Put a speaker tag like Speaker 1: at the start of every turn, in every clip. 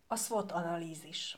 Speaker 1: A SWOT-analízis.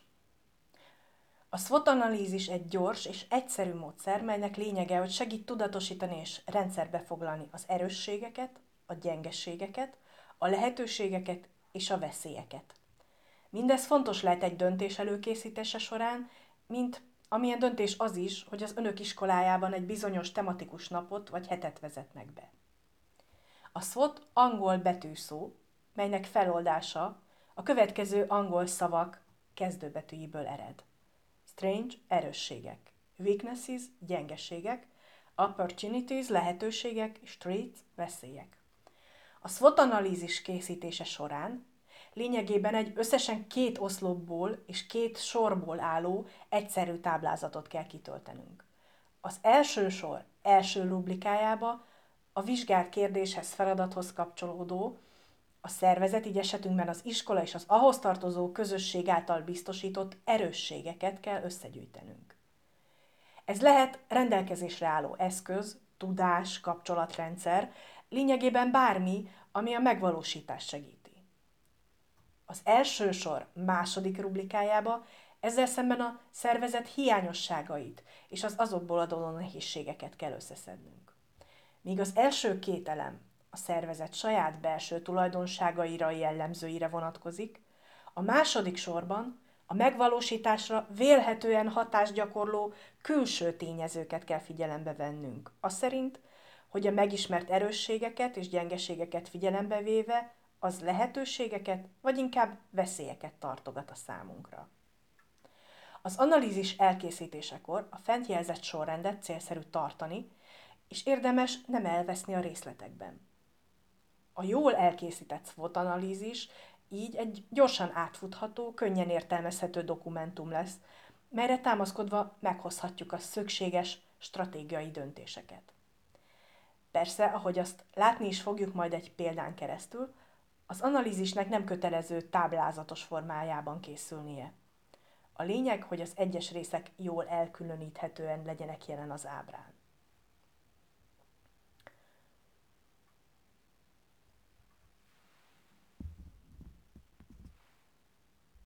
Speaker 1: A SWOT-analízis egy gyors és egyszerű módszer, melynek lényege, hogy segít tudatosítani és rendszerbe foglalni az erősségeket, a gyengeségeket, a lehetőségeket és a veszélyeket. Mindez fontos lehet egy döntés előkészítése során, mint amilyen döntés az is, hogy az önök iskolájában egy bizonyos tematikus napot vagy hetet vezetnek be. A SWOT angol betűszó, melynek feloldása a következő angol szavak kezdőbetűjéből ered. Strengths, erősségek. Weaknesses, gyengeségek. Opportunities, lehetőségek, és threats, veszélyek. A SWOT analízis készítése során lényegében egy összesen 2 oszlopból és 2 sorból álló egyszerű táblázatot kell kitöltenünk. Az első sor első rubrikájába a vizsgált kérdéshez, feladathoz kapcsolódó, a szervezet, így esetünkben az iskola és az ahhoz tartozó közösség által biztosított erősségeket kell összegyűjtenünk. Ez lehet rendelkezésre álló eszköz, tudás, kapcsolatrendszer, lényegében bármi, ami a megvalósítást segíti. Az első sor második rubrikájába ezzel szemben a szervezet hiányosságait és az azokból adódó nehézségeket kell összeszednünk. Míg az első 2 elem a szervezet saját belső tulajdonságaira, jellemzőire vonatkozik, a második sorban a megvalósításra vélhetően hatást gyakorló külső tényezőket kell figyelembe vennünk. Az szerint, hogy a megismert erősségeket és gyengeségeket figyelembe véve az lehetőségeket, vagy inkább veszélyeket tartogat a számunkra. Az analízis elkészítésekor a fent jelzett sorrendet célszerű tartani, és érdemes nem elveszni a részletekben. A jól elkészített SWOT-analízis így egy gyorsan átfutható, könnyen értelmezhető dokumentum lesz, melyre támaszkodva meghozhatjuk a szükséges stratégiai döntéseket. Persze, ahogy azt látni is fogjuk majd egy példán keresztül, az analízisnek nem kötelező táblázatos formájában készülnie. A lényeg, hogy az egyes részek jól elkülöníthetően legyenek jelen az ábrán.